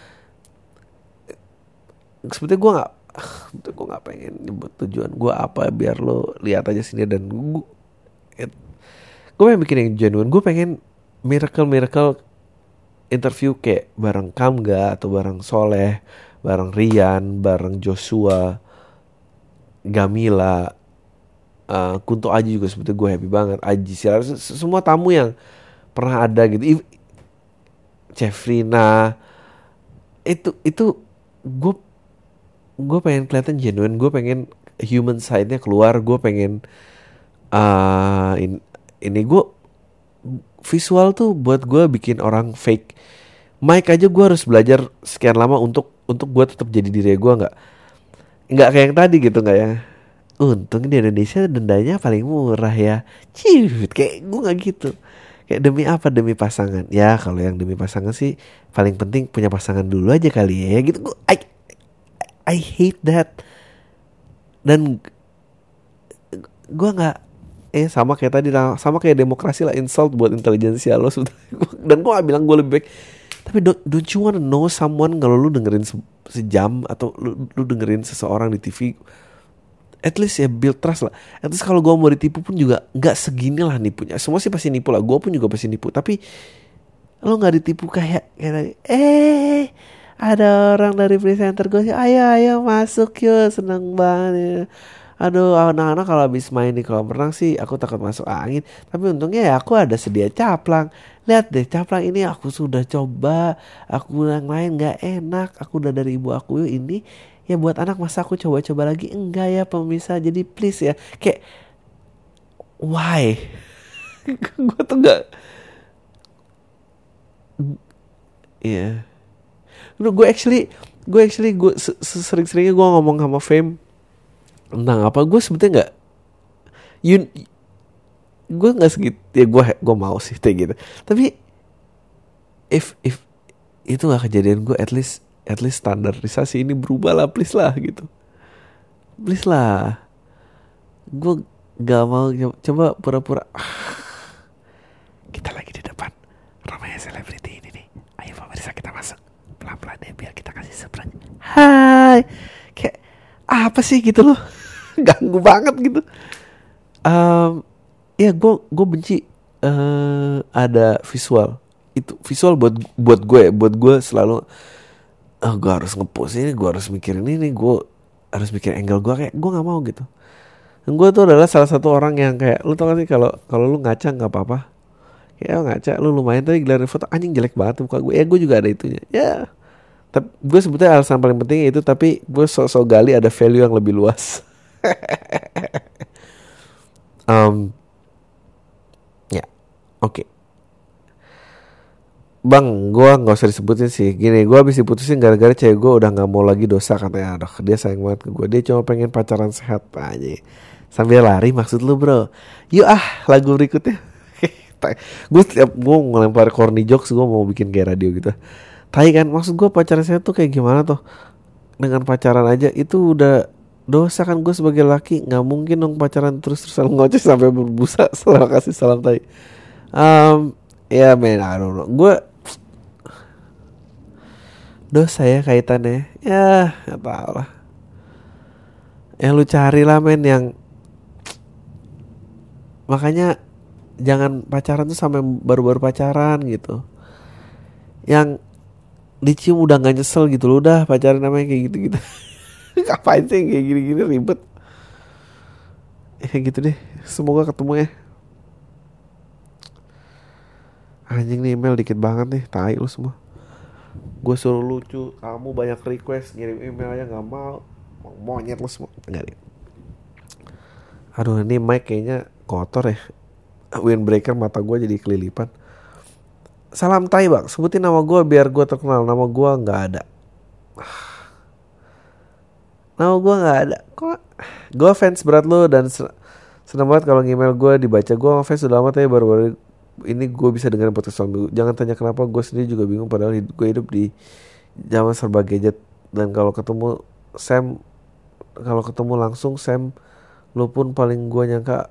Sebetulnya gue nggak pengen nyebut tujuan gue apa, biar lo lihat aja sini. Dan gue pengen bikin yang genuine. Gue pengen miracle interview kayak bareng Kamga atau bareng Soleh, bareng Rian, bareng Joshua, Gamila, Kunto Aji juga sebetulnya gue happy banget. Aji Silar, semua tamu yang pernah ada gitu. Cefrina, itu gue pengen kelihatan genuine. Gue pengen human side-nya keluar. Gue pengen ini gue visual tuh buat gue bikin orang fake. Mic aja gue harus belajar sekian lama untuk gue tetap jadi diri gue, nggak kayak yang tadi gitu, nggak ya. Untung di Indonesia dendanya paling murah ya. Kayak gue nggak gitu. Kayak demi apa? Demi pasangan. Ya kalau yang demi pasangan sih paling penting punya pasangan dulu aja kali ya. Gitu. I hate that. Dan gue nggak. Sama kayak tadi, sama kayak demokrasi lah, insult buat intelijensia lo. Dan gue gak bilang gue lebih baik. Tapi don't you wanna know someone kalau lu dengerin sejam atau lu dengerin seseorang di TV, at least ya build trust lah. At least kalau gue mau ditipu pun juga gak segini lah nipunya. Semua sih pasti nipu lah, gue pun juga pasti nipu. Tapi lo gak ditipu kayak tadi, ada orang dari presenter gue sih, ayo masuk yuk, seneng banget ya. Aduh, anak-anak kalau habis main di kolam renang sih aku takut masuk angin. Tapi untungnya ya aku ada sedia caplang. Lihat deh, caplang ini aku sudah coba. Aku yang lain gak enak. Aku udah dari ibu aku, ini ya buat anak, masa aku coba-coba lagi? Enggak ya pemirsa, jadi please ya. Kayak why? Gue tuh gak. Iya. Gue actually sering-seringnya gue ngomong sama Fame tentang apa, gue sebetulnya nggak, gue nggak segitu ya, gue mau sih kayak gitu. Tapi if itu nggak kejadian, gue at least at least standarisasi ini berubah lah, please lah gitu. Please lah. Gue gak mau coba pura-pura. Kita lagi di depan rumahnya selebriti ini nih. Ayo pemirsa kita masuk pelan-pelan deh biar kita kasih surprise. Hai. Kayak apa sih gitu loh. Ganggu banget gitu. Ya gue benci ada visual. Itu visual buat gue selalu gue harus ngepost ini, gue harus mikirin ini, gue harus mikirin angle gue, kayak gue nggak mau gitu. Dan gue tuh adalah salah satu orang yang kayak, lu tau gak sih kalau lu ngaca nggak apa-apa, kayak ngaca lu lumayan tadi ngeliatin foto anjing jelek banget muka gue, ya gue juga ada itunya ya. Tapi gue sebetulnya alasan paling penting itu, tapi gue sok gali ada value yang lebih luas. Ya oke. Bang, gue nggak usah disebutin sih. Gini, gue habis diputusin gara-gara cewek gue udah nggak mau lagi, dosa katanya. Aduh, dia sayang banget ke gue. Dia cuma pengen pacaran sehat aja. Sambil lari maksud lu bro. Yuk lagu berikutnya. Gue ngelempar corny jokes, gue mau bikin kayak radio gitu. Tai kan, maksud gue pacaran sehat tuh kayak gimana tuh? Dengan pacaran aja itu udah dosa kan. Gue sebagai laki nggak mungkin dong pacaran terus-terusan ngoceh sampai berbusa. Selalu kasih salam tai. Ya man, I don't know. Gue dosa ya kaitannya. Ya gak tau lah. Yang lu cari lah men, yang makanya jangan pacaran tuh sampai baru-baru pacaran gitu. Yang dicium udah gak nyesel gitu loh. Udah pacaran namanya kayak gitu-gitu. Ngapain sih kayak gini-gini ribet. Ya gitu deh. Semoga ketemu ya. Anjing nih email dikit banget nih. Tai lu semua. Gue suruh lucu, kamu banyak request, ngirim email aja gak mau. Monyet lu semua. Enggak deh. Aduh ini mic kayaknya kotor ya. Windbreaker mata gue jadi kelilipan. Salam tai bang, sebutin nama gue biar gue terkenal. Nama gue gak ada. Nama gue gak ada. Kok? Gue fans berat lo dan seneng banget kalau email gue dibaca. Gue ngefans udah lama tapi baru-baru ini gue bisa dengerin podcast lo. Jangan tanya kenapa, gue sendiri juga bingung. Padahal gue hidup di zaman serba gadget. Dan kalau ketemu langsung Sam, lo pun paling gue nyangka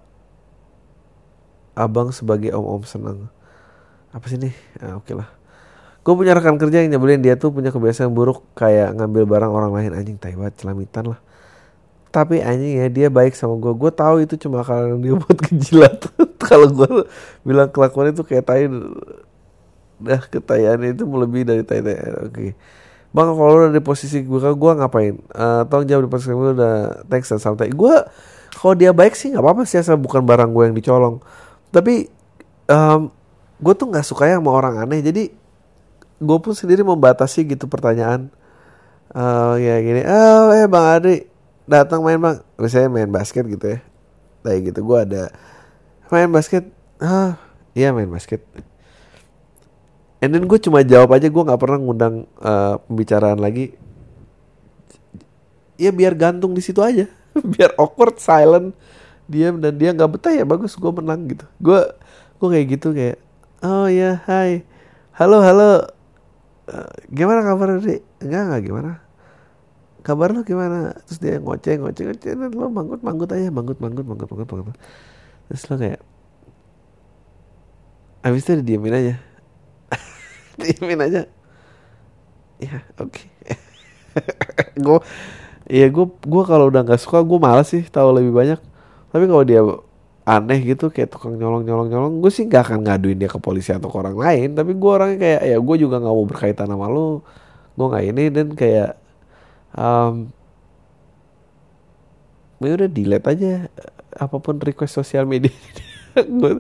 abang sebagai om-om senang. Apa sih nih? Oke lah. Gue punya rekan kerja yang nyebelin, dia tuh punya kebiasaan buruk kayak ngambil barang orang lain. Anjing tai banget, celamitan lah. Tapi anjing ya, dia baik sama gue. Gue tahu itu cuma karena dia buat kejilat. Kalau gue bilang kelakuan itu kayak tai, dah ketayangan itu melebihi dari tai. Oke. Bang, kalau udah di posisi gue ngapain? Tolong jawab di posisi gue, udah thanks dan santai. Gue kalau dia baik sih nggak apa-apa sih, asal bukan barang gue yang dicolong. Tapi gue tuh nggak suka sama orang aneh. Jadi gue pun sendiri membatasi gitu pertanyaan. Ya gini, Bang Adri datang main bang, misalnya main basket gitu ya, kayak gitu. Gue ada main basket, iya main basket. And then gue cuma jawab aja, gue nggak pernah ngundang pembicaraan lagi. Ya biar gantung di situ aja, biar awkward, silent, diam, dan dia nggak betah ya bagus, gue menang gitu. Gue kayak gitu, kayak oh ya hai, halo, gimana kabar Dek? Enggak gimana. Kabar lo gimana? Terus dia ngoceh, dan lo manggut aja, manggut. Terus lo kayak abis itu diemin aja. Diemin aja. Ya, oke. Gue kalau udah nggak suka gue malas sih tahu lebih banyak. Tapi kalau dia aneh gitu kayak tukang nyolong, gue sih nggak akan ngaduin dia ke polisi atau ke orang lain. Tapi gue orangnya kayak ya gue juga nggak mau berkaitan sama lo. Gue nggak ini, dan kayak ya udah delete aja apapun request sosial media. Gue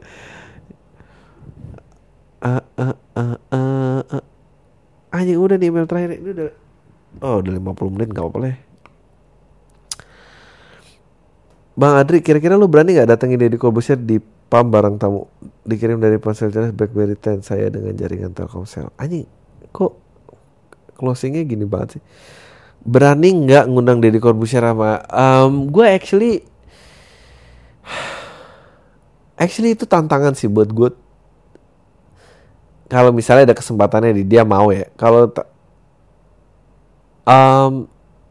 anjing udah nih email terakhir ini udah udah 50 menit, nggak apa-apa lah. Bang Adri, kira-kira lu berani nggak datengin Deddy Corbuzier di PAM barang tamu dikirim dari ponsel jelas BlackBerry 10 saya dengan jaringan Telkomsel? Anjing, kok closingnya gini banget sih? Berani nggak ngundang Deddy Corbuzier sama gue actually itu tantangan sih buat gue. Kalau misalnya ada kesempatannya dia mau ya. Kalau Um,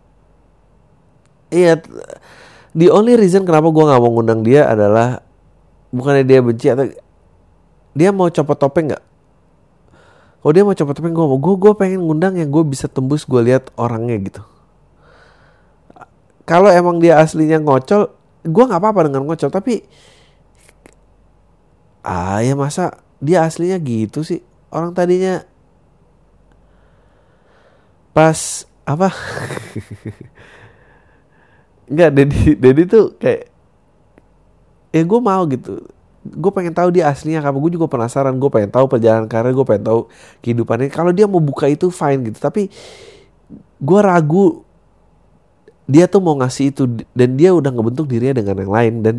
iya, the only reason kenapa gue nggak mau ngundang dia adalah bukannya dia benci atau dia mau copot topeng nggak? Kalau dia mau copot topeng gue pengen ngundang yang gue bisa tembus gue lihat orangnya gitu. Kalau emang dia aslinya ngocol, gue nggak apa-apa dengan ngocol, tapi ya masa dia aslinya gitu sih. Orang tadinya pas apa? Enggak, Dedi tuh kayak gue mau gitu. Gue pengen tahu dia aslinya apa. Gue juga penasaran. Gue pengen tahu perjalanan karir. Gue pengen tahu kehidupannya. Kalau dia mau buka itu fine gitu. Tapi gue ragu dia tuh mau ngasih itu dan dia udah ngebentuk dirinya dengan yang lain. Dan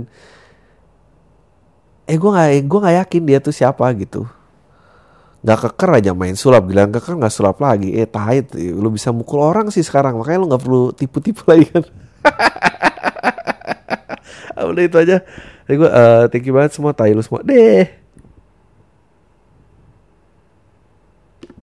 gue nggak yakin dia tuh siapa gitu. Nggak keker aja main sulap. Bilang keker nggak sulap lagi. Tai, lu bisa mukul orang sih sekarang. Makanya lu nggak perlu tipu-tipu lagi kan. Udah itu aja. Jadi gue thank you banget semua. Tai lu semua deh.